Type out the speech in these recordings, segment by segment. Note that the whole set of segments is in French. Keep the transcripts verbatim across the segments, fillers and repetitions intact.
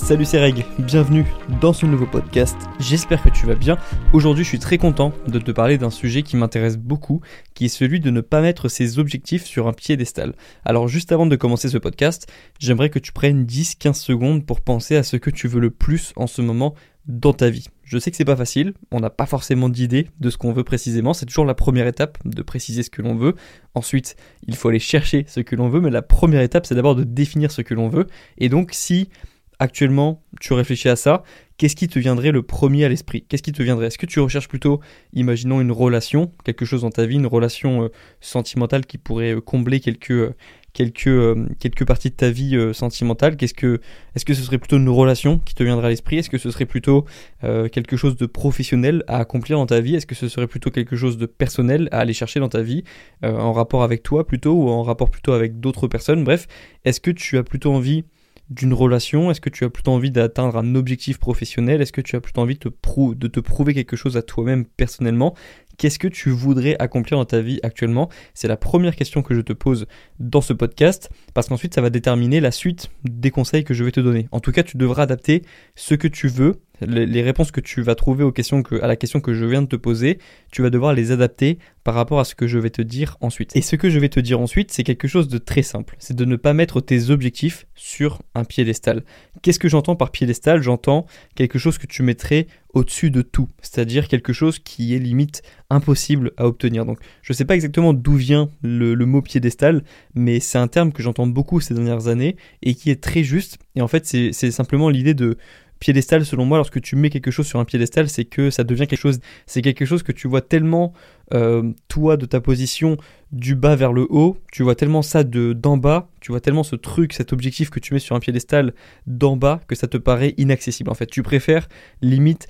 Salut, c'est Reg, bienvenue dans ce nouveau podcast, j'espère que tu vas bien. Aujourd'hui je suis très content de te parler d'un sujet qui m'intéresse beaucoup, qui est celui de ne pas mettre ses objectifs sur un piédestal. Alors juste avant de commencer ce podcast, j'aimerais que tu prennes dix à quinze secondes pour penser à ce que tu veux le plus en ce moment dans ta vie. Je sais que c'est pas facile, on n'a pas forcément d'idée de ce qu'on veut précisément, c'est toujours la première étape de préciser ce que l'on veut. Ensuite, il faut aller chercher ce que l'on veut, mais la première étape c'est d'abord de définir ce que l'on veut. Et donc si actuellement tu réfléchis à ça, qu'est-ce qui te viendrait le premier à l'esprit ? Qu'est-ce qui te viendrait ? Est-ce que tu recherches plutôt, imaginons une relation, quelque chose dans ta vie, une relation euh, sentimentale qui pourrait euh, combler quelques, euh, quelques, euh, quelques parties de ta vie euh, sentimentale ? Qu'est-ce que, Est-ce que ce serait plutôt une relation qui te viendrait à l'esprit ? Est-ce que ce serait plutôt euh, quelque chose de professionnel à accomplir dans ta vie ? Est-ce que ce serait plutôt quelque chose de personnel à aller chercher dans ta vie, euh, en rapport avec toi plutôt, ou en rapport plutôt avec d'autres personnes ? Bref, est-ce que tu as plutôt envie d'une relation ? Est-ce que tu as plutôt envie d'atteindre un objectif professionnel ? Est-ce que tu as plutôt envie de te, prou- de te prouver quelque chose à toi-même personnellement ? Qu'est-ce que tu voudrais accomplir dans ta vie actuellement ? C'est la première question que je te pose dans ce podcast, parce qu'ensuite ça va déterminer la suite des conseils que je vais te donner. En tout cas, tu devras adapter ce que tu veux, les réponses que tu vas trouver aux questions que, à la question que je viens de te poser, tu vas devoir les adapter par rapport à ce que je vais te dire ensuite. Et ce que je vais te dire ensuite, c'est quelque chose de très simple. C'est de ne pas mettre tes objectifs sur un piédestal. Qu'est-ce que j'entends par piédestal ? J'entends quelque chose que tu mettrais au-dessus de tout, c'est-à-dire quelque chose qui est limite impossible à obtenir. Donc je ne sais pas exactement d'où vient le, le mot piédestal, mais c'est un terme que j'entends beaucoup ces dernières années et qui est très juste. Et en fait, c'est, c'est simplement l'idée de piédestal. Selon moi, lorsque tu mets quelque chose sur un piédestal, c'est que ça devient quelque chose, c'est quelque chose que tu vois tellement, euh, toi, de ta position du bas vers le haut, tu vois tellement ça de, d'en bas, tu vois tellement ce truc, cet objectif que tu mets sur un piédestal d'en bas, que ça te paraît inaccessible. En fait, tu préfères limite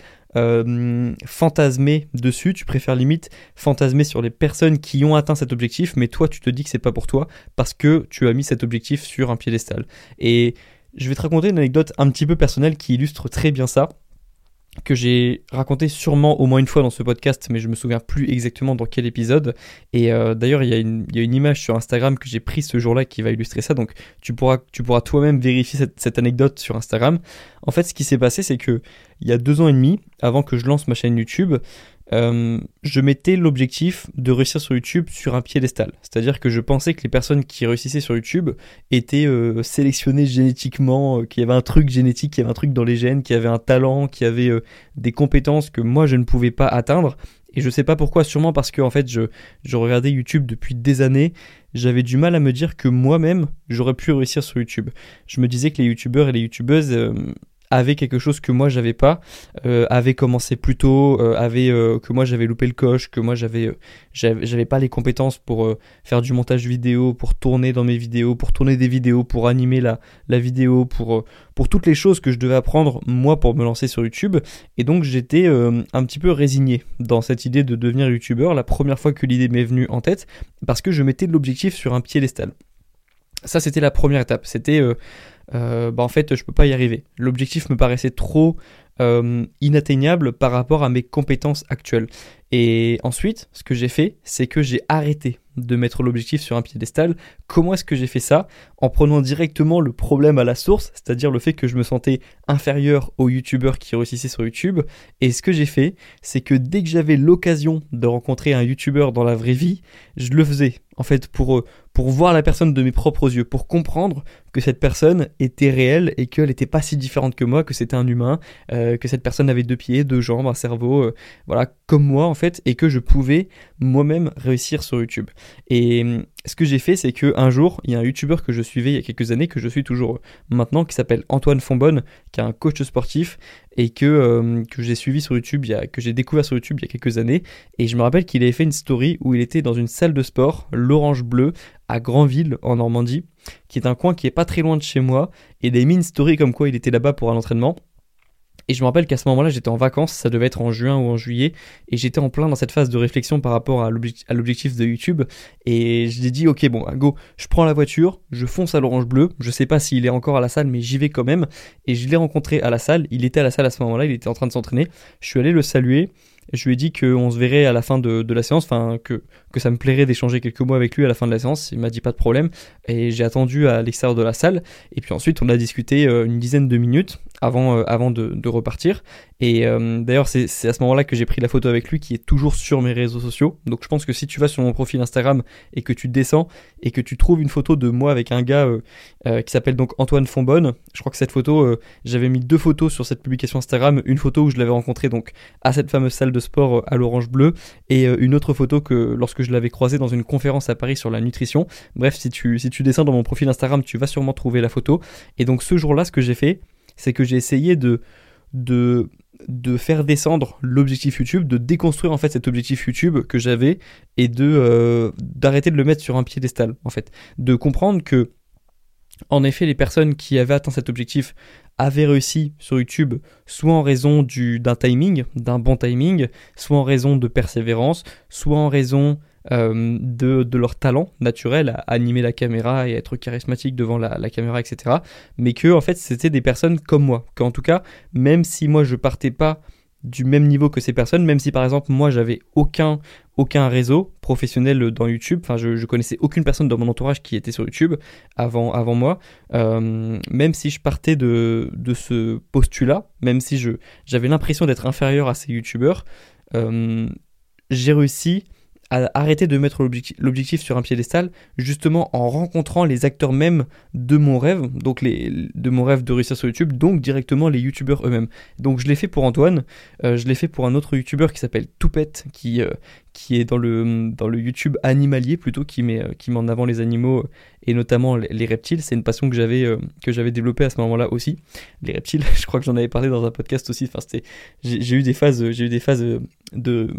euh, fantasmer dessus, tu préfères limite fantasmer sur les personnes qui ont atteint cet objectif, mais toi, tu te dis que c'est pas pour toi parce que tu as mis cet objectif sur un piédestal. Et je vais te raconter une anecdote un petit peu personnelle qui illustre très bien ça, que j'ai raconté sûrement au moins une fois dans ce podcast, mais je me souviens plus exactement dans quel épisode. Et euh, d'ailleurs, il y a une, il y a une image sur Instagram que j'ai prise ce jour-là qui va illustrer ça, donc tu pourras, tu pourras toi-même vérifier cette, cette anecdote sur Instagram. En fait, ce qui s'est passé, c'est que il y a deux ans et demi, avant que je lance ma chaîne YouTube, Euh, je mettais l'objectif de réussir sur YouTube sur un piédestal. C'est-à-dire que je pensais que les personnes qui réussissaient sur YouTube étaient euh, sélectionnées génétiquement, euh, qu'il y avait un truc génétique, qu'il y avait un truc dans les gènes, qu'il y avait un talent, qu'il y avait euh, des compétences que moi je ne pouvais pas atteindre. Et je sais pas pourquoi, sûrement parce que en fait je, je regardais YouTube depuis des années, j'avais du mal à me dire que moi-même j'aurais pu réussir sur YouTube. Je me disais que les YouTubeurs et les YouTubeuses euh, avait quelque chose que moi j'avais pas, euh, avait commencé plus tôt, euh, avait euh, que moi j'avais loupé le coche, que moi j'avais euh, j'avais, j'avais pas les compétences pour euh, faire du montage vidéo, pour tourner dans mes vidéos, pour tourner des vidéos, pour animer la la vidéo, pour euh, pour toutes les choses que je devais apprendre moi pour me lancer sur YouTube. Et donc j'étais euh, un petit peu résigné dans cette idée de devenir youtubeur la première fois que l'idée m'est venue en tête, parce que je mettais l'objectif sur un piédestal. Ça c'était la première étape, c'était euh, Euh, bah en fait je peux pas y arriver. L'objectif me paraissait trop euh, inatteignable par rapport à mes compétences actuelles. Et ensuite, ce que j'ai fait, c'est que j'ai arrêté de mettre l'objectif sur un piédestal. Comment est-ce que j'ai fait ça ? En prenant directement le problème à la source, c'est-à-dire le fait que je me sentais inférieur aux youtubeurs qui réussissaient sur YouTube. Et ce que j'ai fait, c'est que dès que j'avais l'occasion de rencontrer un youtubeur dans la vraie vie, je le faisais. En fait, pour, pour voir la personne de mes propres yeux, pour comprendre que cette personne était réelle et qu'elle n'était pas si différente que moi, que c'était un humain, euh, que cette personne avait deux pieds, deux jambes, un cerveau, euh, voilà, comme moi en fait, et que je pouvais moi-même réussir sur YouTube. Et euh, ce que j'ai fait, c'est qu'un jour, il y a un youtubeur que je suivais il y a quelques années, que je suis toujours maintenant, qui s'appelle Antoine Fonbonne, qui est un coach sportif, et que, euh, que j'ai suivi sur YouTube, il y a, que j'ai découvert sur YouTube il y a quelques années. Et je me rappelle qu'il avait fait une story où il était dans une salle de sport, l'Orange Bleu, à Granville, en Normandie, qui est un coin qui est pas très loin de chez moi, et il avait mis une story comme quoi il était là-bas pour un entraînement. Et je me rappelle qu'à ce moment-là, j'étais en vacances, ça devait être en juin ou en juillet, et j'étais en plein dans cette phase de réflexion par rapport à, l'objectif, à l'objectif de YouTube, et je lui ai dit, ok, bon, go, je prends la voiture, je fonce à l'Orange Bleu, je sais pas s'il est encore à la salle, mais j'y vais quand même, et je l'ai rencontré à la salle, il était à la salle à ce moment-là, il était en train de s'entraîner, je suis allé le saluer, je lui ai dit qu'on se verrait à la fin de, de la séance, enfin que, que ça me plairait d'échanger quelques mots avec lui à la fin de la séance. Il m'a dit pas de problème, et j'ai attendu à l'extérieur de la salle, et puis ensuite on a discuté euh, une dizaine de minutes avant, euh, avant de, de repartir. Et euh, d'ailleurs, c'est, c'est à ce moment-là que j'ai pris la photo avec lui, qui est toujours sur mes réseaux sociaux. Donc je pense que si tu vas sur mon profil Instagram et que tu descends et que tu trouves une photo de moi avec un gars euh, euh, qui s'appelle donc Antoine Fonbonne, je crois que cette photo, euh, j'avais mis deux photos sur cette publication Instagram, une photo où je l'avais rencontré donc à cette fameuse salle de sport euh, à l'Orange Bleu, et euh, une autre photo que lorsque je l'avais croisé dans une conférence à Paris sur la nutrition. Bref, si tu, si tu descends dans mon profil Instagram, tu vas sûrement trouver la photo. Et donc ce jour-là, ce que j'ai fait, c'est que j'ai essayé de, de, de faire descendre l'objectif YouTube, de déconstruire en fait cet objectif YouTube que j'avais, et de, euh, d'arrêter de le mettre sur un piédestal, en fait. De comprendre que, en effet, les personnes qui avaient atteint cet objectif avaient réussi sur YouTube, soit en raison du, d'un timing, d'un bon timing, soit en raison de persévérance, soit en raison euh, de, de leur talent naturel à animer la caméra et être charismatique devant la, la caméra, et cetera. Mais que, en fait, c'était des personnes comme moi. Qu'en tout cas, même si moi je partais pas du même niveau que ces personnes, même si par exemple moi j'avais aucun, aucun réseau professionnel dans YouTube, enfin je, je connaissais aucune personne dans mon entourage qui était sur YouTube avant, avant moi, euh, même si je partais de, de ce postulat, même si je, j'avais l'impression d'être inférieur à ces YouTubeurs, euh, j'ai réussi à arrêter de mettre l'objectif, l'objectif sur un piédestal, justement en rencontrant les acteurs même de mon rêve, donc les, de mon rêve de réussir sur YouTube, donc directement les youtubeurs eux-mêmes. Donc je l'ai fait pour Antoine, euh, je l'ai fait pour un autre youtubeur qui s'appelle Toupette, qui, euh, qui est dans le, dans le YouTube animalier plutôt, qui met, euh, qui met en avant les animaux, euh, et notamment les, les reptiles. C'est une passion que j'avais, euh, que j'avais développée à ce moment-là aussi. Les reptiles, je crois que j'en avais parlé dans un podcast aussi, enfin, c'était, j'ai, j'ai eu des phases, j'ai eu des phases de, de,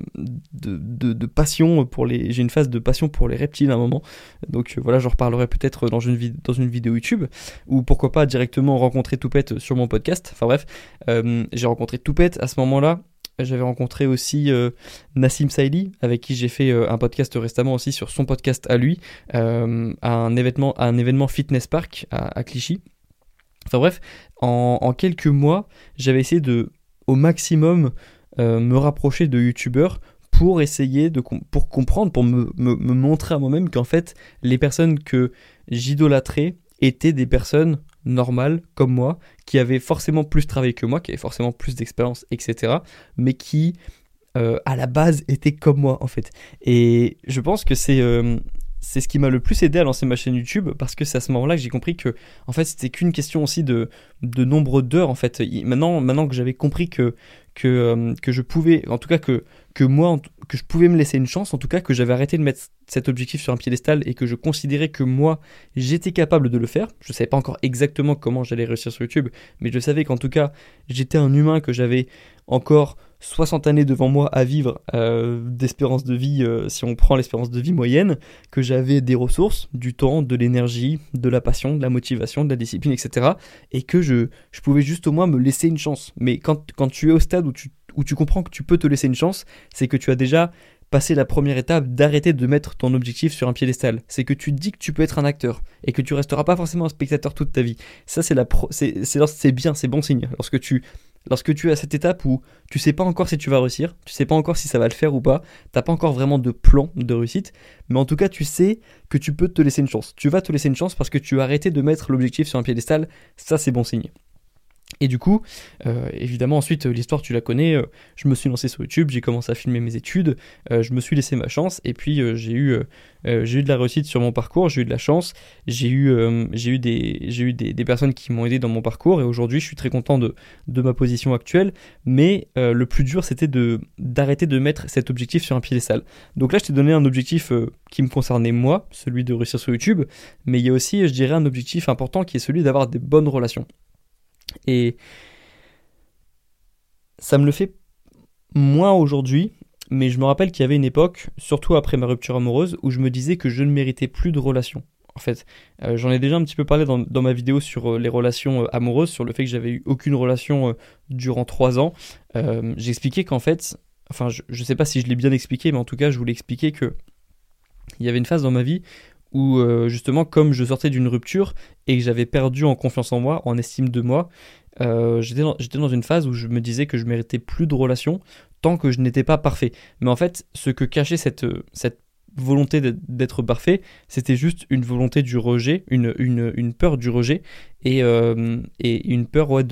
de, de passion pour les, j'ai une phase de passion pour les reptiles à un moment, donc euh, voilà, j'en reparlerai peut-être dans une, vid- dans une vidéo YouTube, ou pourquoi pas directement rencontrer Toupette sur mon podcast. Enfin bref, euh, j'ai rencontré Toupette à ce moment-là. J'avais rencontré aussi euh, Nassim Saïli, avec qui j'ai fait euh, un podcast récemment aussi sur son podcast à lui, euh, à, un événement, à un événement Fitness Park à, à Clichy. Enfin bref, en, en quelques mois, j'avais essayé de, au maximum, euh, me rapprocher de youtubeurs pour essayer de com- pour comprendre, pour me, me, me montrer à moi-même qu'en fait, les personnes que j'idolâtrais étaient des personnes normales comme moi, qui avaient forcément plus travaillé que moi, qui avaient forcément plus d'expérience, et cetera, mais qui, euh, à la base, étaient comme moi, en fait. Et je pense que c'est, euh, c'est ce qui m'a le plus aidé à lancer ma chaîne YouTube, parce que c'est à ce moment-là que j'ai compris que, en fait, c'était qu'une question aussi de, de nombre d'heures, en fait. Maintenant, maintenant que j'avais compris que, que, euh, que je pouvais, en tout cas que, que moi, que je pouvais me laisser une chance, en tout cas que j'avais arrêté de mettre cet objectif sur un piédestal et que je considérais que moi, j'étais capable de le faire. Je ne savais pas encore exactement comment j'allais réussir sur YouTube, mais je savais qu'en tout cas, j'étais un humain, que j'avais encore soixante années devant moi à vivre euh, d'espérance de vie, euh, si on prend l'espérance de vie moyenne, que j'avais des ressources, du temps, de l'énergie, de la passion, de la motivation, de la discipline, et cetera. Et que je, je pouvais juste au moins me laisser une chance. Mais quand, quand tu es au stade où tu, où tu comprends que tu peux te laisser une chance, c'est que tu as déjà passé la première étape d'arrêter de mettre ton objectif sur un piédestal. C'est que tu te dis que tu peux être un acteur et que tu resteras pas forcément un spectateur toute ta vie. Ça, c'est, la pro- c'est, c'est, c'est bien, c'est bon signe. Lorsque tu, lorsque tu es à cette étape où tu sais pas encore si tu vas réussir, tu sais pas encore si ça va le faire ou pas, t'as pas encore vraiment de plan de réussite, mais en tout cas, tu sais que tu peux te laisser une chance. Tu vas te laisser une chance parce que tu as arrêté de mettre l'objectif sur un piédestal. Ça, c'est bon signe. Et du coup, euh, évidemment, ensuite, l'histoire, tu la connais, euh, je me suis lancé sur YouTube, j'ai commencé à filmer mes études, euh, je me suis laissé ma chance, et puis euh, j'ai, eu, euh, j'ai eu de la réussite sur mon parcours, j'ai eu de la chance, j'ai eu, euh, j'ai eu, des, j'ai eu des, des personnes qui m'ont aidé dans mon parcours, et aujourd'hui, je suis très content de, de ma position actuelle, mais euh, le plus dur, c'était de, d'arrêter de mettre cet objectif sur un piédestal. Donc là, je t'ai donné un objectif euh, qui me concernait moi, celui de réussir sur YouTube, mais il y a aussi, je dirais, un objectif important qui est celui d'avoir des bonnes relations. Et ça me le fait moins aujourd'hui, mais je me rappelle qu'il y avait une époque, surtout après ma rupture amoureuse, où je me disais que je ne méritais plus de relations. En fait, euh, j'en ai déjà un petit peu parlé dans, dans ma vidéo sur euh, les relations euh, amoureuses, sur le fait que j'avais eu aucune relation euh, durant trois ans. Euh, j'expliquais qu'en fait, enfin je, je sais pas si je l'ai bien expliqué, mais en tout cas je voulais expliquer que il y avait une phase dans ma vie où euh, justement, comme je sortais d'une rupture et que j'avais perdu en confiance en moi, en estime de moi, euh, j'étais, dans, j'étais dans une phase où je me disais que je méritais plus de relations tant que je n'étais pas parfait. Mais en fait, ce que cachait cette, cette volonté d'être parfait, c'était juste une volonté du rejet, une, une, une peur du rejet et, euh, et une peur ouais, de,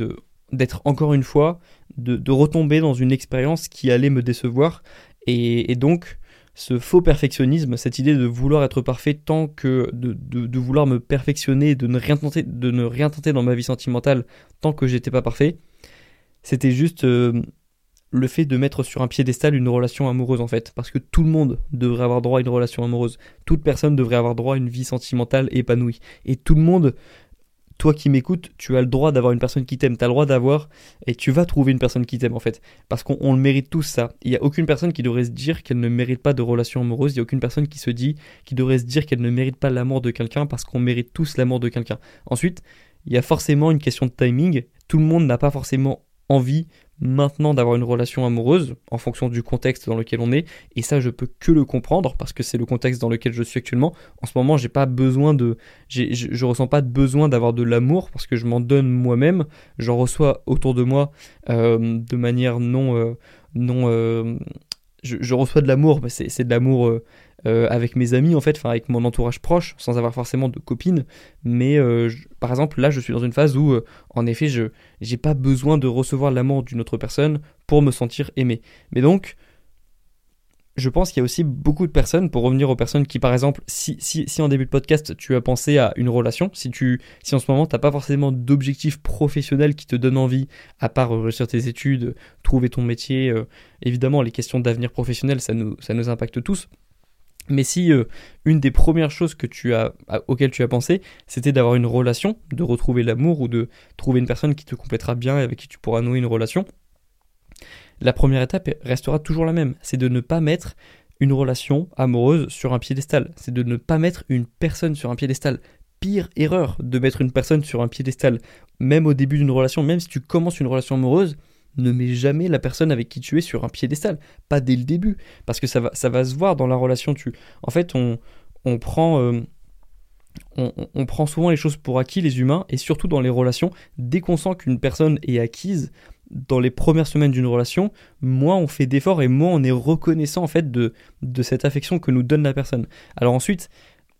d'être encore une fois, de, de retomber dans une expérience qui allait me décevoir. Et, et donc, ce faux perfectionnisme, cette idée de vouloir être parfait tant que de, de, de vouloir me perfectionner, de ne rien tenter, de ne rien tenter dans ma vie sentimentale tant que j'étais pas parfait, c'était juste euh, le fait de mettre sur un piédestal une relation amoureuse en fait, parce que tout le monde devrait avoir droit à une relation amoureuse, toute personne devrait avoir droit à une vie sentimentale épanouie, et tout le monde, toi qui m'écoutes, tu as le droit d'avoir une personne qui t'aime, tu as le droit d'avoir, et tu vas trouver une personne qui t'aime en fait, parce qu'on on le mérite tous ça. Il n'y a aucune personne qui devrait se dire qu'elle ne mérite pas de relation amoureuse, il n'y a aucune personne qui se dit, qui devrait se dire qu'elle ne mérite pas l'amour de quelqu'un, parce qu'on mérite tous l'amour de quelqu'un. Ensuite, il y a forcément une question de timing, tout le monde n'a pas forcément envie maintenant d'avoir une relation amoureuse en fonction du contexte dans lequel on est, et ça je peux que le comprendre parce que c'est le contexte dans lequel je suis actuellement. En ce moment j'ai pas besoin de j'ai, je, je ressens pas de besoin d'avoir de l'amour parce que je m'en donne moi-même, j'en reçois autour de moi euh, de manière non euh, non euh, je, je reçois de l'amour, mais c'est, c'est de l'amour euh, euh, avec mes amis en fait, enfin avec mon entourage proche, sans avoir forcément de copines. Mais euh, je- par exemple, là, je suis dans une phase où, euh, en effet, je j'ai pas besoin de recevoir l'amour d'une autre personne pour me sentir aimé. Mais donc, je pense qu'il y a aussi beaucoup de personnes, pour revenir aux personnes qui, par exemple, si, si, si en début de podcast, tu as pensé à une relation, si, tu, si en ce moment, tu n'as pas forcément d'objectif professionnel qui te donne envie, à part euh, réussir tes études, trouver ton métier, euh, évidemment, les questions d'avenir professionnel, ça nous, ça nous impacte tous. Mais si euh, une des premières choses que tu as, à- auxquelles tu as pensé, c'était d'avoir une relation, de retrouver l'amour ou de trouver une personne qui te complétera bien et avec qui tu pourras nouer une relation, la première étape restera toujours la même, c'est de ne pas mettre une relation amoureuse sur un piédestal, c'est de ne pas mettre une personne sur un piédestal. Pire erreur de mettre une personne sur un piédestal, même au début d'une relation, même si tu commences une relation amoureuse, ne mets jamais la personne avec qui tu es sur un piédestal, pas dès le début, parce que ça va, ça va se voir dans la relation. Tu... En fait, on, on prend... euh, on, on- on prend souvent les choses pour acquis, les humains, et surtout dans les relations, dès qu'on sent qu'une personne est acquise, dans les premières semaines d'une relation, moins on fait d'efforts et moins on est reconnaissant en fait de, de cette affection que nous donne la personne. Alors ensuite,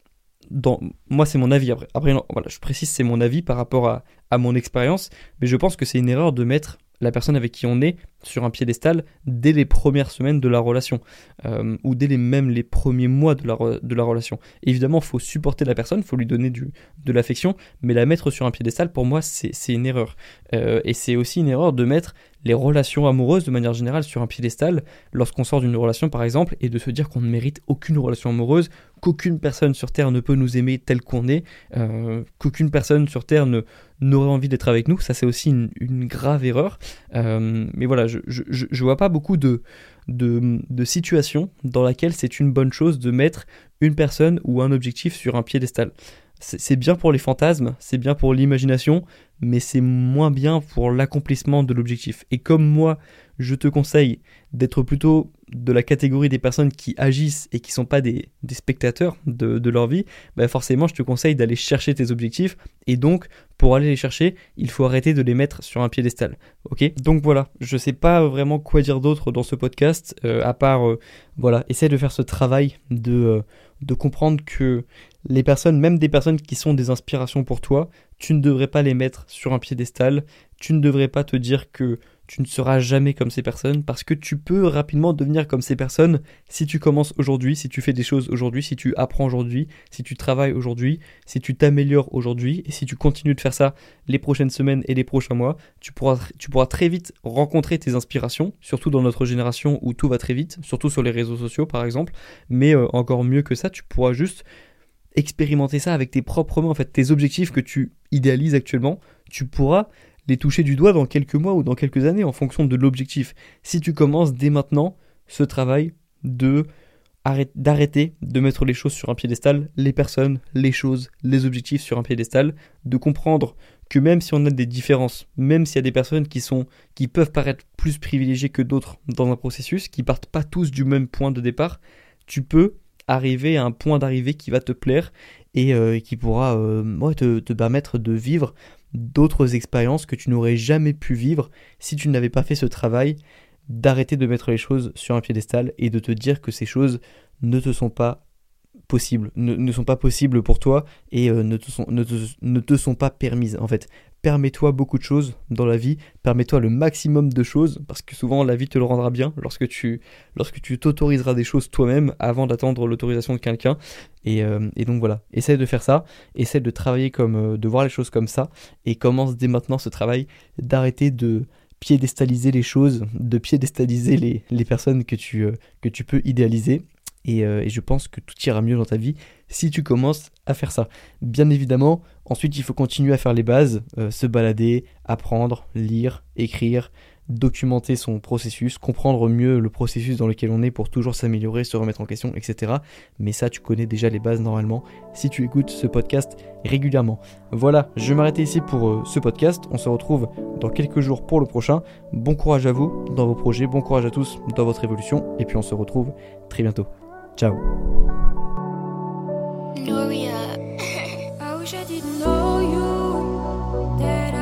dans, moi c'est mon avis, après, après non, voilà, je précise c'est mon avis par rapport à, à mon expérience, mais je pense que c'est une erreur de mettre la personne avec qui on est sur un piédestal dès les premières semaines de la relation, euh, ou dès les, même les premiers mois de la, re- de la relation. Évidemment, il faut supporter la personne, il faut lui donner du, de l'affection, mais la mettre sur un piédestal, pour moi, c'est, c'est une erreur. Euh, et c'est aussi une erreur de mettre les relations amoureuses, de manière générale, sur un piédestal, lorsqu'on sort d'une relation, par exemple, et de se dire qu'on ne mérite aucune relation amoureuse, qu'aucune personne sur Terre ne peut nous aimer tel qu'on est, euh, qu'aucune personne sur Terre ne, n'aurait envie d'être avec nous. Ça, c'est aussi une, une grave erreur. Euh, mais voilà, je, je, je je vois pas beaucoup de, de, de situations dans laquelle c'est une bonne chose de mettre une personne ou un objectif sur un piédestal. C'est c'est bien pour les fantasmes, c'est bien pour l'imagination, mais c'est moins bien pour l'accomplissement de l'objectif. Et comme moi, je te conseille d'être plutôt de la catégorie des personnes qui agissent et qui ne sont pas des, des spectateurs de, de leur vie, bah forcément je te conseille d'aller chercher tes objectifs, et donc pour aller les chercher, il faut arrêter de les mettre sur un piédestal. Ok, donc voilà, je sais pas vraiment quoi dire d'autre dans ce podcast, euh, à part, euh, voilà, essaie de faire ce travail de, euh, de comprendre que les personnes, même des personnes qui sont des inspirations pour toi, tu ne devrais pas les mettre sur un piédestal, tu ne devrais pas te dire que tu ne seras jamais comme ces personnes, parce que tu peux rapidement devenir comme ces personnes si tu commences aujourd'hui, si tu fais des choses aujourd'hui, si tu apprends aujourd'hui, si tu travailles aujourd'hui, si tu t'améliores aujourd'hui, et si tu continues de faire ça les prochaines semaines et les prochains mois, tu pourras, tu pourras très vite rencontrer tes inspirations, surtout dans notre génération où tout va très vite, surtout sur les réseaux sociaux par exemple, mais euh, encore mieux que ça, tu pourras juste expérimenter ça avec tes propres mains. En fait, tes objectifs que tu idéalises actuellement, tu pourras les toucher du doigt dans quelques mois ou dans quelques années en fonction de l'objectif. Si tu commences dès maintenant ce travail de arrête- d'arrêter de mettre les choses sur un piédestal, les personnes, les choses, les objectifs sur un piédestal, de comprendre que même si on a des différences, même s'il y a des personnes qui sont, qui peuvent paraître plus privilégiées que d'autres dans un processus, qui partent pas tous du même point de départ, tu peux arriver à un point d'arrivée qui va te plaire et euh, qui pourra euh, ouais, te, te permettre de vivre d'autres expériences que tu n'aurais jamais pu vivre si tu n'avais pas fait ce travail d'arrêter de mettre les choses sur un piédestal et de te dire que ces choses ne te sont pas possibles, ne, ne sont pas possibles pour toi et euh, ne, te sont, ne, te, ne te sont pas permises en fait. permets-toi beaucoup de choses dans la vie, permets-toi le maximum de choses, parce que souvent la vie te le rendra bien lorsque tu, lorsque tu t'autoriseras des choses toi-même avant d'attendre l'autorisation de quelqu'un. Et, euh, et donc voilà, essaie de faire ça, essaie de travailler comme, euh, de voir les choses comme ça, et commence dès maintenant ce travail d'arrêter de piédestaliser les choses, de piédestaliser les, les personnes que tu, euh, que tu peux idéaliser. Et, euh, et je pense que tout ira mieux dans ta vie si tu commences à faire ça. Bien évidemment, ensuite il faut continuer à faire les bases, euh, se balader, apprendre, lire, écrire, documenter son processus, comprendre mieux le processus dans lequel on est pour toujours s'améliorer, se remettre en question, et cetera. Mais ça, tu connais déjà les bases normalement si tu écoutes ce podcast régulièrement. Voilà, je vais m'arrêter ici pour euh, ce podcast. On se retrouve dans quelques jours pour le prochain. Bon courage à vous dans vos projets, bon courage à tous dans votre évolution. Et puis on se retrouve très bientôt. Ciao. Gloria, I wish I didn't know you, that